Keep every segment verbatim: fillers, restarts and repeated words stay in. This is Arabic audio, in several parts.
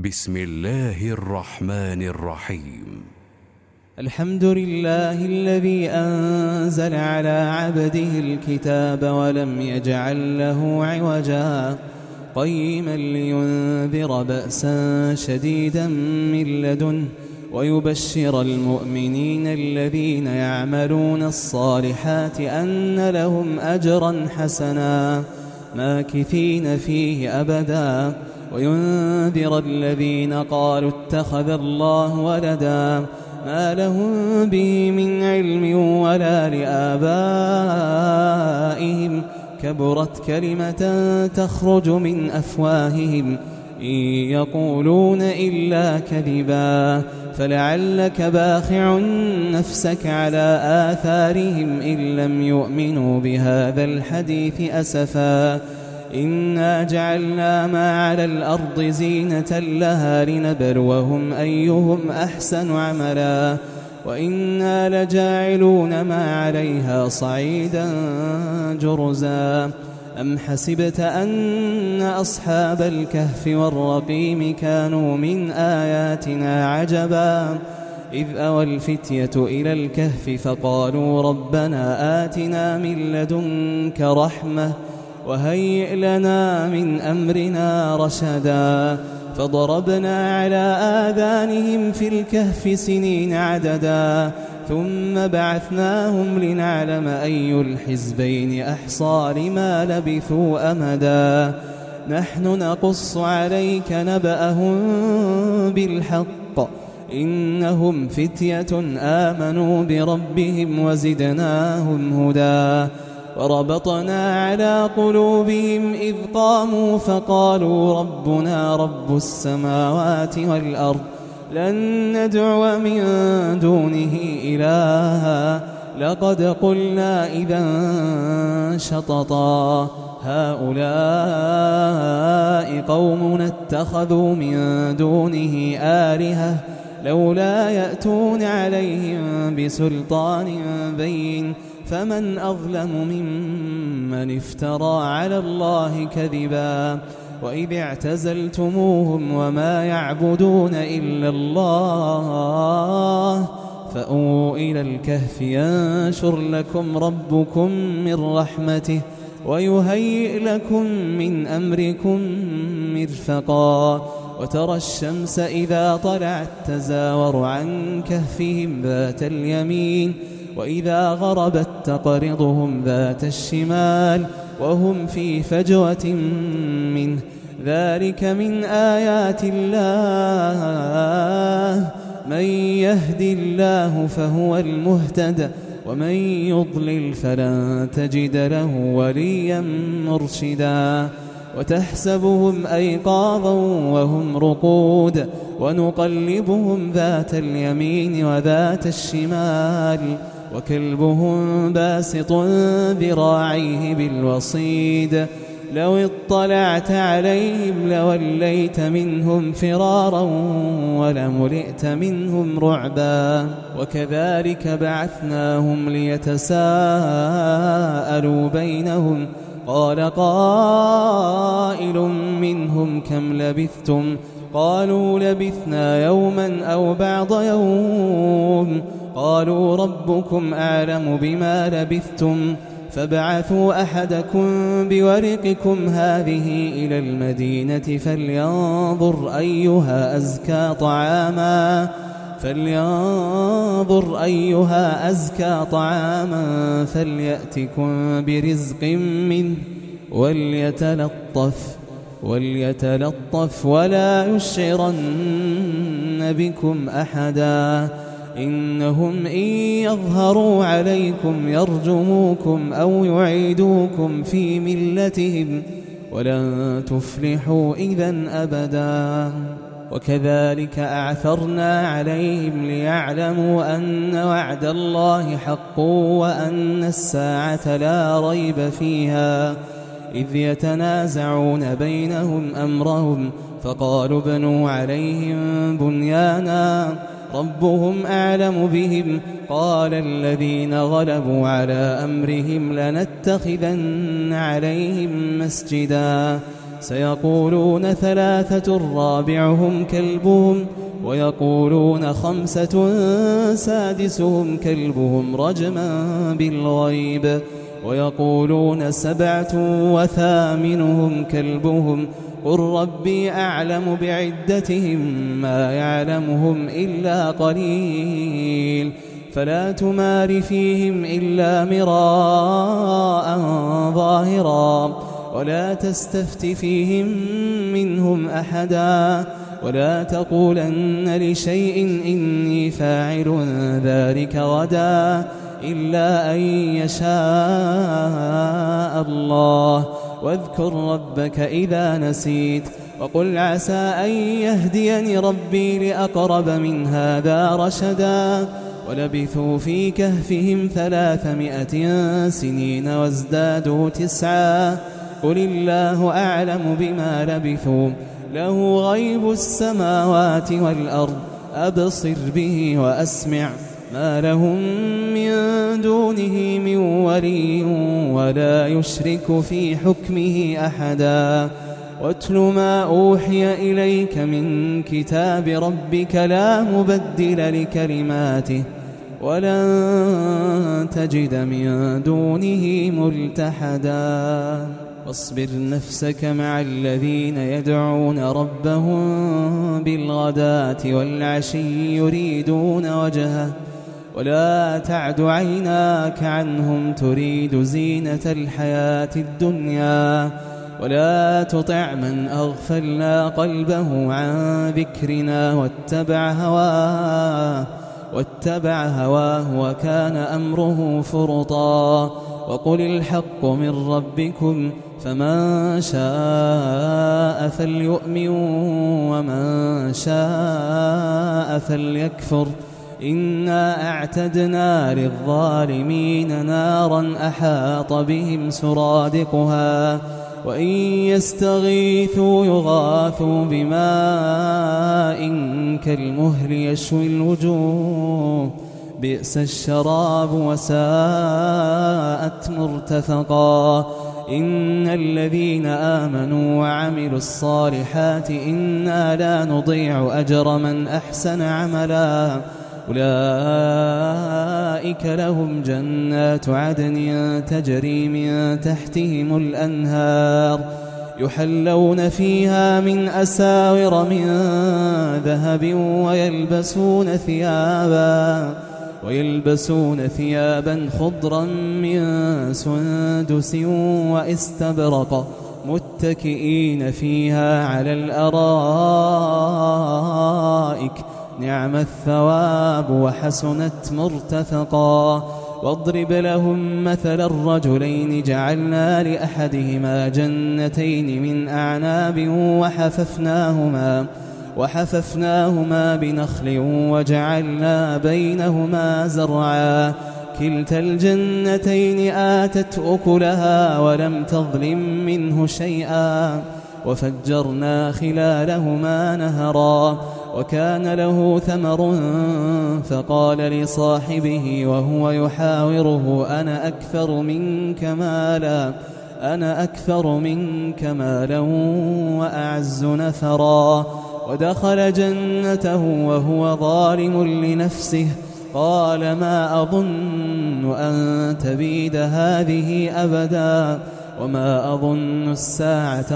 بسم الله الرحمن الرحيم. الحمد لله الذي أنزل على عبده الكتاب ولم يجعل له عوجا قيما لينذر بأسا شديدا من لدنه ويبشر المؤمنين الذين يعملون الصالحات أن لهم أجرا حسنا ماكثين فيه أبدا وينذر الذين قالوا اتخذ الله ولدا ما لهم به من علم ولا لآبائهم كبرت كلمة تخرج من أفواههم إن يقولون إلا كذبا فلعلك باخع نفسك على آثارهم إن لم يؤمنوا بهذا الحديث أسفا إنا جعلنا ما على الأرض زينة لها لنبلوهم أيهم أحسن عملا وإنا لجاعلون ما عليها صعيدا جرزا أم حسبت أن أصحاب الكهف والرقيم كانوا من آياتنا عجبا إذ أوى الفتية إلى الكهف فقالوا ربنا آتنا من لدنك رحمة وهيئ لنا من أمرنا رشدا فضربنا على آذانهم في الكهف سنين عددا ثم بعثناهم لنعلم أي الحزبين أحصى لما لبثوا أمدا نحن نقص عليك نبأهم بالحق إنهم فتية آمنوا بربهم وزدناهم هدى وربطنا على قلوبهم إذ قاموا فقالوا ربنا رب السماوات والأرض لن ندعو من دونه إلها لقد قلنا إذا شططا هؤلاء قومنا اتخذوا من دونه آلهة لولا يأتون عليهم بسلطان بين فمن أظلم ممن افترى على الله كذبا وإذ اعتزلتموهم وما يعبدون إلا الله فأووا إلى الكهف ينشر لكم ربكم من رحمته ويهيئ لكم من أمركم مرفقا وترى الشمس إذا طلعت تزاور عن كهفهم ذات اليمين وإذا غربت تقرضهم ذات الشمال وهم في فجوة منه ذلك من آيات الله من يهد الله فهو المهتد ومن يضلل فلن تجد له وليا مرشدا وتحسبهم أيقاظا وهم رقود ونقلبهم ذات اليمين وذات الشمال وكلبهم باسط ذراعيه بالوصيد لو اطلعت عليهم لوليت منهم فرارا ولملئت منهم رعبا وكذلك بعثناهم ليتساءلوا بينهم قال قائل منهم كم لبثتم قالوا لبثنا يوما أو بعض يوم قالوا ربكم أعلم بما لبثتم فابعثوا أحدكم بورقكم هذه إلى المدينة فلينظر أيها أزكى طعاما فلينظر أيها أزكى طعاما فليأتكم برزق منه وليتلطف وليتلطف ولا يشعرن بكم أحدا إنهم إن يظهروا عليكم يرجموكم أو يعيدوكم في ملتهم ولن تفلحوا إذن أبدا وكذلك أعثرنا عليهم ليعلموا أن وعد الله حق وأن الساعة لا ريب فيها إذ يتنازعون بينهم أمرهم فقالوا ابنوا عليهم بنيانا ربهم أعلم بهم قال الذين غلبوا على أمرهم لنتخذن عليهم مسجدا سيقولون ثلاثة رابعهم كلبهم ويقولون خمسة سادسهم كلبهم رجما بالغيب ويقولون سبعة وثامنهم كلبهم قل ربي أعلم بعدتهم ما يعلمهم إلا قليل فلا تمار فيهم إلا مراء ظاهرا ولا تستفت فيهم منهم أحدا ولا تقولن لشيء إني فاعل ذلك غدا إلا أن يشاء الله واذكر ربك إذا نسيت وقل عسى أن يهديني ربي لأقرب من هذا رشدا ولبثوا في كهفهم ثلاثمائة سنين وازدادوا تسعا قل الله أعلم بما لبثوا له غيب السماوات والأرض أبصر به وأسمع ما لهم من دونه من ولي ولا يشرك في حكمه أحدا واتل ما أوحي إليك من كتاب ربك لا مبدل لكلماته ولن تجد من دونه ملتحدا واصبر نفسك مع الذين يدعون ربهم بالغداة والعشي يريدون وجهه ولا تعد عيناك عنهم تريد زينة الحياة الدنيا ولا تطع من أغفلنا قلبه عن ذكرنا واتبع هواه واتبع هواه وكان أمره فرطا وقل الحق من ربكم فمن شاء فليؤمن ومن شاء فليكفر إنا أعتدنا للظالمين نارا أحاط بهم سرادقها وإن يستغيثوا يغاثوا بماء كالمهل يشوي الوجوه بئس الشراب وساءت مرتفقا إن الذين آمنوا وعملوا الصالحات إنا لا نضيع أجر من أحسن عملا أولئك لهم جنات عدن تجري من تحتهم الأنهار يحلون فيها من أساور من ذهب ويلبسون ثيابا ويلبسون ثيابا خضرا من سندس واستبرق متكئين فيها على الأرائك نعم الثواب وحسنت مرتفقا واضرب لهم مثل الرجلين جعلنا لأحدهما جنتين من أعناب وحففناهما وحففناهما بنخل وجعلنا بينهما زرعا كلتا الجنتين آتت أكلها ولم تظلم منه شيئا وفجرنا خلالهما نهرا وكان له ثمر فقال لصاحبه وهو يحاوره أنا أكثر منك مالا أنا أكثر منك مالا وأعز نفرا ودخل جنته وهو ظالم لنفسه قال ما أظن أن تبيد هذه أبدا وما أظن الساعة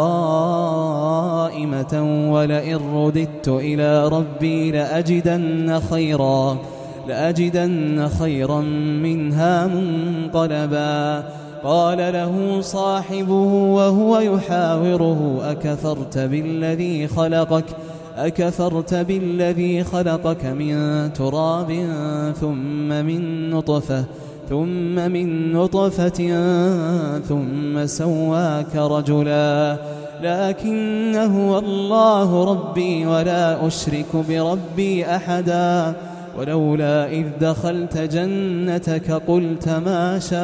قائمة ولئن رددت إلى ربي لأجدن خيرا لأجدن خيرا منها منقلبا قال له صاحبه وهو يحاوره أكفرت بالذي خلقك أكفرت بالذي خلقك من تراب ثم من نطفة ثم من نطفة ثم سواك رجلا لكن هو الله ربي ولا أشرك بربي أحدا ولولا إذ دخلت جنتك قلت ما شاء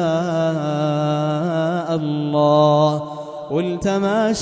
الله قلت ما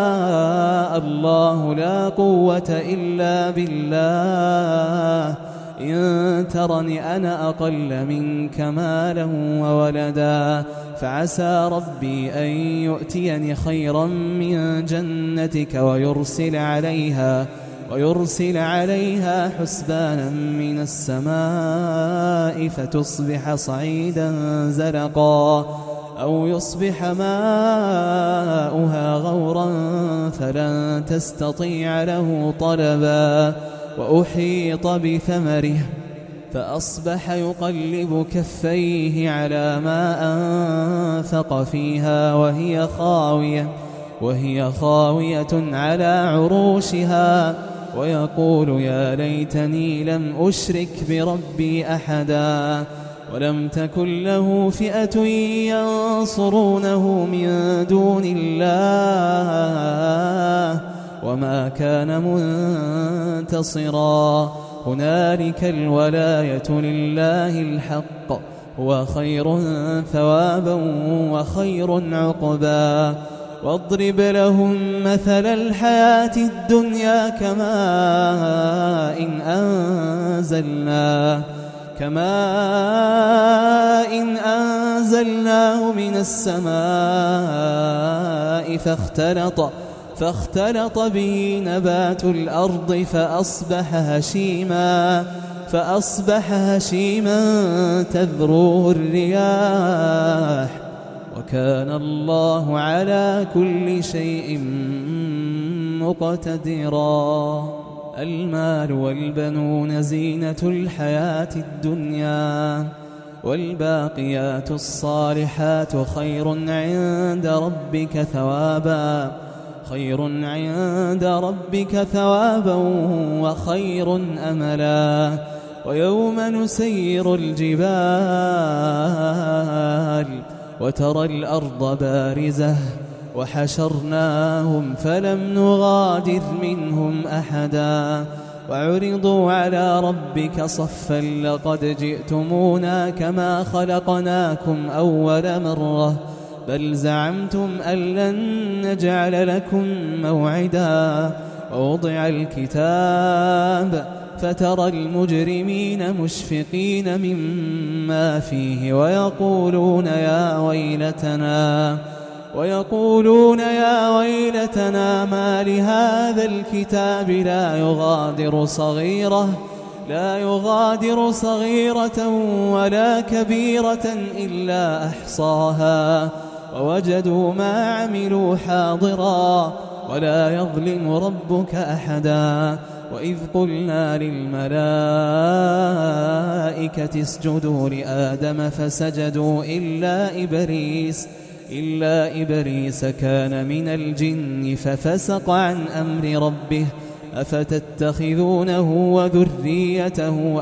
شاء الله لا قوة إلا بالله إن ترني أنا أقل منك مالا وولدا فعسى ربي أن يؤتيني خيرا من جنتك ويرسل عليها ويرسل عليها حسبانا من السماء فتصبح صعيدا زلقا أو يصبح ماؤها غورا فلن تستطيع له طلبا وأحيط بثمره فأصبح يقلب كفيه على ما أنفق فيها وهي خاوية وهي خاوية على عروشها ويقول يا ليتني لم أشرك بربي أحدا ولم تكن له فئة ينصرونه من دون الله وما كان منتصرا هنالك الولاية لله الحق هو خير ثوابا وخير عقبا واضرب لهم مثل الحياة الدنيا كماء إن أنزلناه كماء إن أنزلناه من السماء فاختلط فاختلط به نبات الأرض فأصبح هشيما فأصبح هشيما تذروه الرياح وكان الله على كل شيء مقتدرا المال والبنون زينة الحياة الدنيا والباقيات الصالحات خير عند ربك ثوابا خير عند ربك ثوابا وخير أملا ويوم نسير الجبال وترى الأرض بارزة وحشرناهم فلم نغادر منهم أحدا وعرضوا على ربك صفا لقد جئتمونا كما خلقناكم أول مرة بل زعمتم أن لن نجعل لكم موعدا ووضع الكتاب فترى المجرمين مشفقين مما فيه ويقولون يا ويلتنا ويقولون يا ويلتنا ما لهذا الكتاب لا يغادر صغيرة لا يغادر صغيرة ولا كبيرة إلا أحصاها ووجدوا ما عملوا حاضرا ولا يظلم ربك أحدا وإذ قلنا للملائكة اسجدوا لآدم فسجدوا إلا إبليس إلا إبليس كان من الجن ففسق عن أمر ربه أفتتخذونه وذريته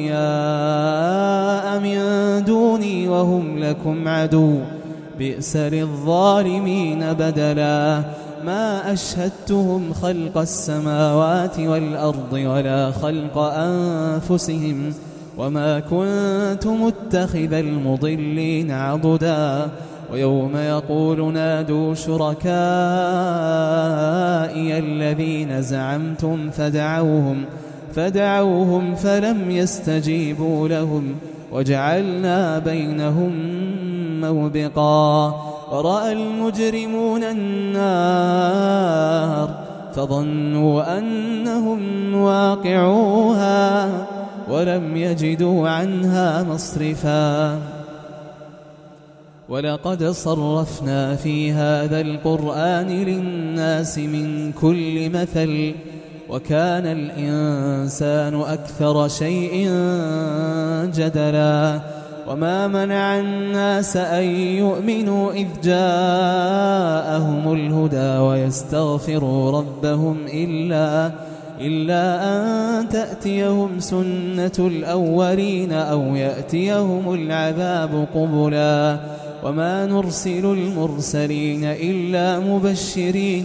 أولياء من دوني وهم لكم عدو بئس للظالمين بدلا ما أشهدتهم خلق السماوات والأرض ولا خلق أنفسهم وما كنت متخذ المضلين عضدا ويوم يقول نادوا شركائي الذين زعمتم فدعوهم فدعوهم فلم يستجيبوا لهم وجعلنا بينهم موبقا ورأى المجرمون النار فظنوا أنهم واقعوها ولم يجدوا عنها مصرفا ولقد صرفنا في هذا القرآن للناس من كل مثل وكان الإنسان أكثر شيء جدلا وما منع الناس أن يؤمنوا إذ جاءهم الهدى ويستغفروا ربهم إلا إلا أن تأتيهم سنة الأولين أو يأتيهم العذاب قبلا وما نرسل المرسلين إلا مبشرين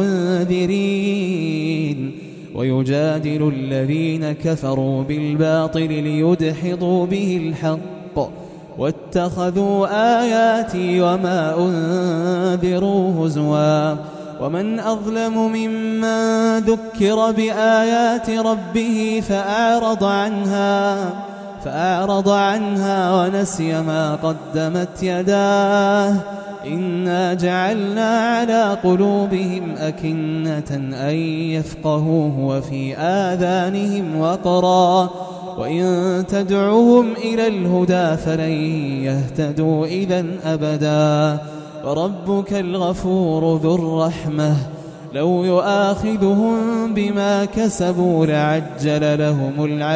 ومنذرين ويجادل الذين كفروا بالباطل ليدحضوا به الحق واتخذوا آياتي وما أنذروا هزوا ومن أظلم ممن ذكر بآيات ربه فأعرض عنها فأعرض عنها ونسي ما قدمت يداه إنا جعلنا على قلوبهم أكنة أن يفقهوه وفي آذانهم وقرا وإن تدعوهم إلى الهدى فلن يهتدوا إذن أبدا وربك الغفور ذو الرحمة لو يؤاخذهم بما كسبوا لعجل لهم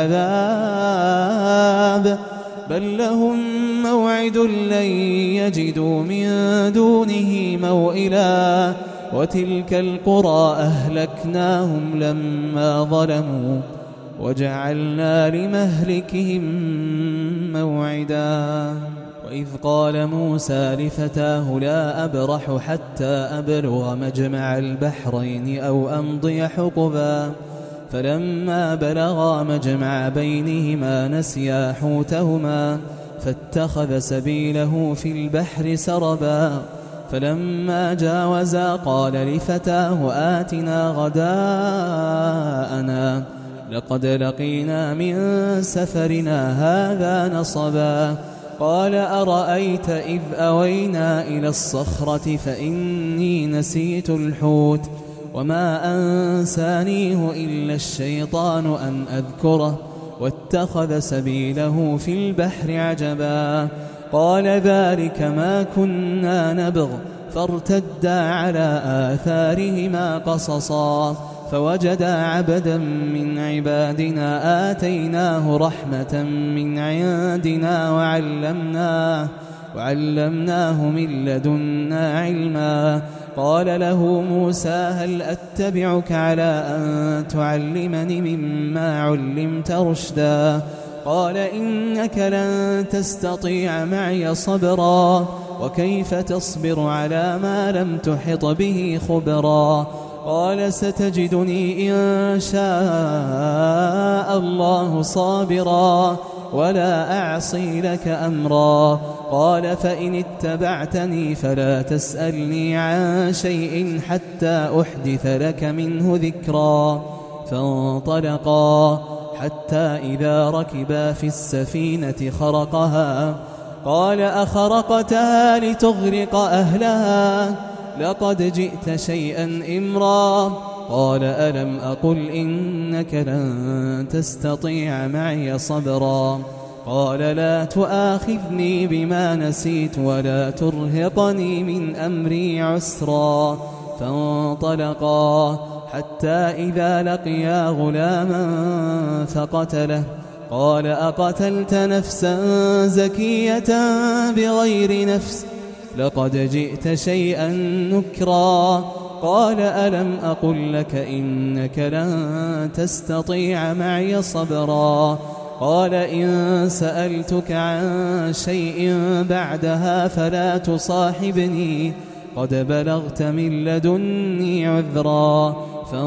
العذاب بل لهم موعد لن يجدوا من دونه موئلا وتلك القرى أهلكناهم لما ظلموا وجعلنا لمهلكهم موعدا وإذ قال موسى لفتاه لا أبرح حتى أبلغ مجمع البحرين أو أمضي حقبا فلما بلغا مجمع بينهما نسيا حوتهما فاتخذ سبيله في البحر سربا فلما جاوزا قال لفتاه آتنا غداءنا لقد لقينا من سفرنا هذا نصبا قال أرأيت إذ أوينا إلى الصخرة فإني نسيت الحوت وما أنسانيه إلا الشيطان أن أذكره واتخذ سبيله في البحر عجبا قال ذلك ما كنا نبغ فارتدا على آثارهما قصصا فوجدا عبدا من عبادنا آتيناه رحمة من عندنا وعلمناه, وعلمناه من لدنا علما قال له موسى هل أتبعك على أن تعلمني مما علمت رشدا قال إنك لن تستطيع معي صبرا وكيف تصبر على ما لم تحط به خبرا قال ستجدني إن شاء الله صابرا ولا أعصي لك أمرا قال فإن اتبعتني فلا تسألني عن شيء حتى أحدث لك منه ذكرا فانطلقا حتى إذا ركبا في السفينة خرقها قال أخرقتها لتغرق أهلها لقد جئت شيئا إمرا قال ألم أقل إنك لن تستطيع معي صبرا قال لا تؤاخذني بما نسيت ولا ترهقني من أمري عسرا فانطلقا حتى إذا لقيا غلاما فقتله قال أقتلت نفسا زكية بغير نفس لقد جئت شيئا نكرا قال ألم أقل لك إنك لن تستطيع معي صبرا قال إن سألتك عن شيء بعدها فلا تصاحبني قد بلغت من لدني عذرا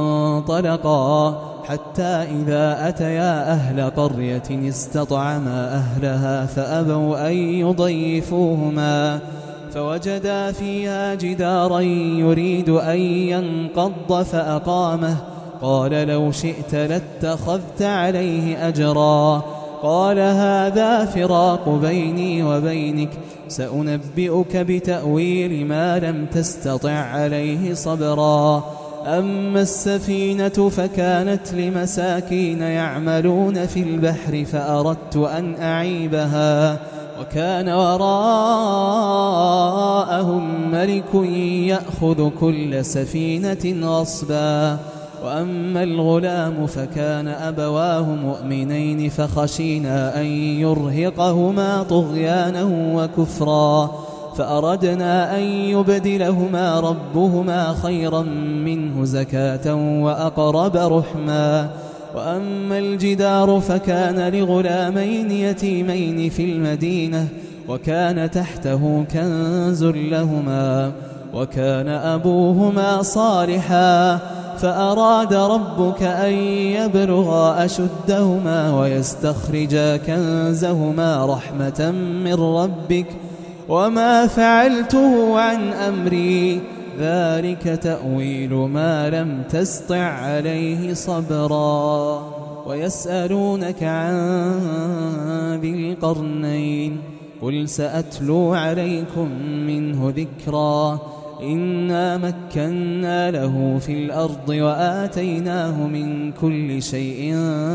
فانطلقا حتى إذا أتيا أهل قرية استطعما أهلها فأبوا أن يضيفوهما فوجدا فيها جدارا يريد أن ينقض فأقامه قال لو شئت لاتخذت عليه أجرا قال هذا فراق بيني وبينك سأنبئك بتأويل ما لم تستطع عليه صبرا أما السفينة فكانت لمساكين يعملون في البحر فأردت أن أعيبها وكان وراءهم ملك يأخذ كل سفينة غصبا وأما الغلام فكان أبواه مؤمنين فخشينا أن يرهقهما طغيانا وكفرا فأردنا أن يبدلهما ربهما خيرا منه زكاة وأقرب رحما وأما الجدار فكان لغلامين يتيمين في المدينة وكان تحته كنز لهما وكان أبوهما صالحا فأراد ربك أن يبلغا أشدهما ويستخرجا كنزهما رحمة من ربك وما فعلته عن أمري ذلك تأويل ما لم تسطع عليه صبرا. ويسألونك عن ذي القرنين قل سأتلو عليكم منه ذكرا إنا مكنا له في الأرض وآتيناه من كل شيء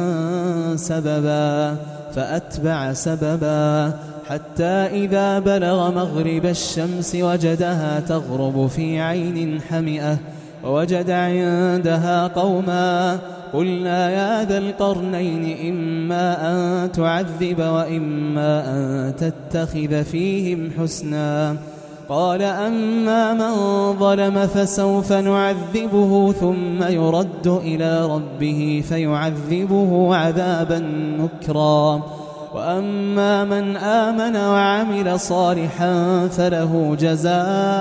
سببا فأتبع سببا حتى إذا بلغ مغرب الشمس وجدها تغرب في عين حمئة ووجد عندها قوما قلنا يا ذا القرنين إما أن تعذب وإما أن تتخذ فيهم حسنا قال أما من ظلم فسوف نعذبه ثم يرد إلى ربه فيعذبه عذابا نكرا وأما من آمن وعمل صالحا فله جزاء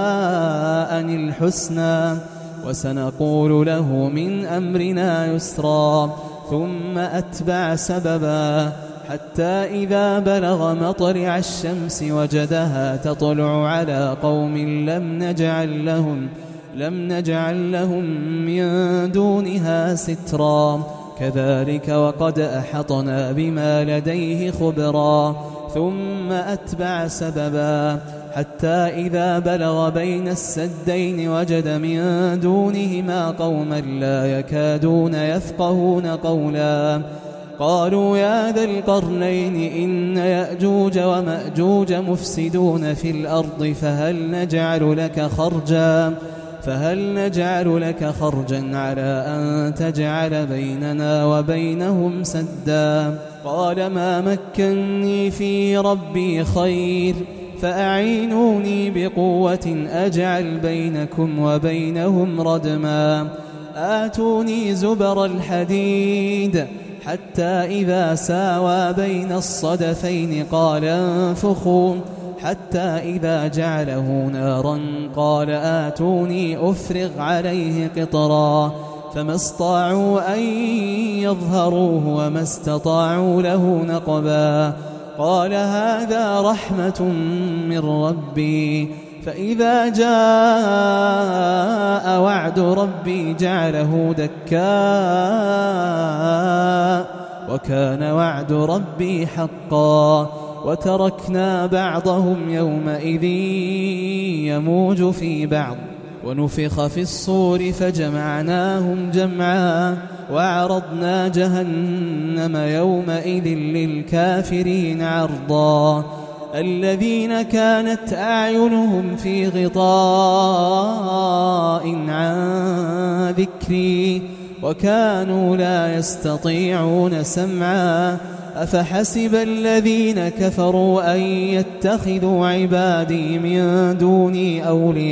الحسنى وسنقول له من أمرنا يسرا ثم أتبع سببا حتى إذا بلغ مطلع الشمس وجدها تطلع على قوم لم نجعل لهم لم نجعل لهم من دونها سترا كذلك وقد أحطنا بما لديه خبرا ثم أتبع سببا حتى إذا بلغ بين السدين وجد من دونهما قوما لا يكادون يفقهون قولا قالوا يا ذا القرنين إن يأجوج ومأجوج مفسدون في الأرض فهل نجعل لك خرجا فهل نجعل لك خرجا على أن تجعل بيننا وبينهم سدا قال ما مكني في ربي خير فأعينوني بقوة أجعل بينكم وبينهم ردما آتوني زبر الحديد حتى إذا ساوى بين الصدفين قال انفخوا حتى إذا جعله نارا قال آتوني أفرغ عليه قطرا فما استطاعوا أن يظهروه وما استطاعوا له نقبا قال هذا رحمة من ربي فإذا جاء وعد ربي جعله دكاء وكان وعد ربي حقا وتركنا بعضهم يومئذ يموج في بعض ونفخ في الصور فجمعناهم جمعا وعرضنا جهنم يومئذ للكافرين عرضا الذين كانت أعينهم في غطاء عن ذكري وكانوا لا يستطيعون سمعا أفحسب الذين كفروا أن يتخذوا عبادي من دوني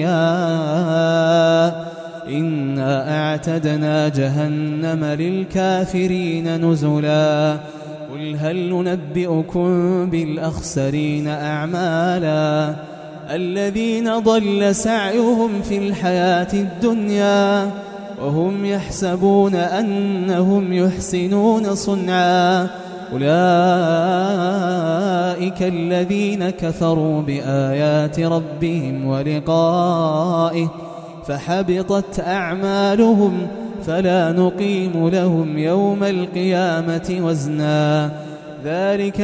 أولياء إنا أعتدنا جهنم للكافرين نزلا قل هل ننبئكم بالأخسرين أعمالا الذين ضل سعيهم في الحياة الدنيا وهم يحسبون أنهم يحسنون صنعا أولئك الذين كفروا بآيات ربهم ولقائه فحبطت أعمالهم فلا نقيم لهم يوم القيامة وزنا ذلك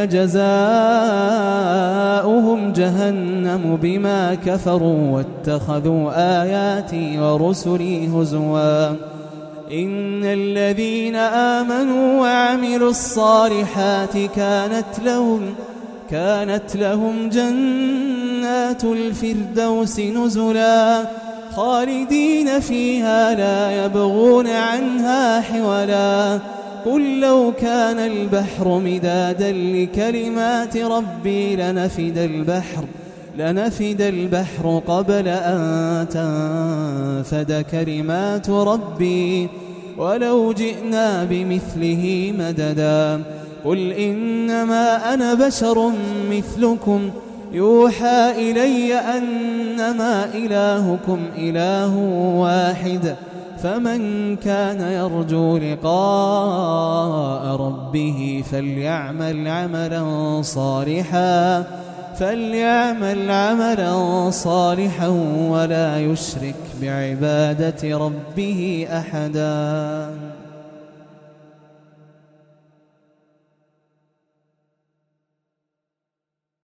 جزاؤهم جهنم بما كفروا واتخذوا آياتي ورسلي هزوا إن الذين آمنوا وعملوا الصالحات كانت لهم كانت لهم جنات الفردوس نزلا خالدين فيها لا يبغون عنها حولا قل لو كان البحر مدادا لكلمات ربي لنفد البحر لنفد البحر قبل أن تنفد كلمات ربي ولو جئنا بمثله مددا قل إنما أنا بشر مثلكم يوحى إلي أنما إلهكم إله واحد فمن كان يرجو لقاء ربه فليعمل عملا صالحا فليعمل عملا صالحا ولا يشرك بعبادة ربه أحدا.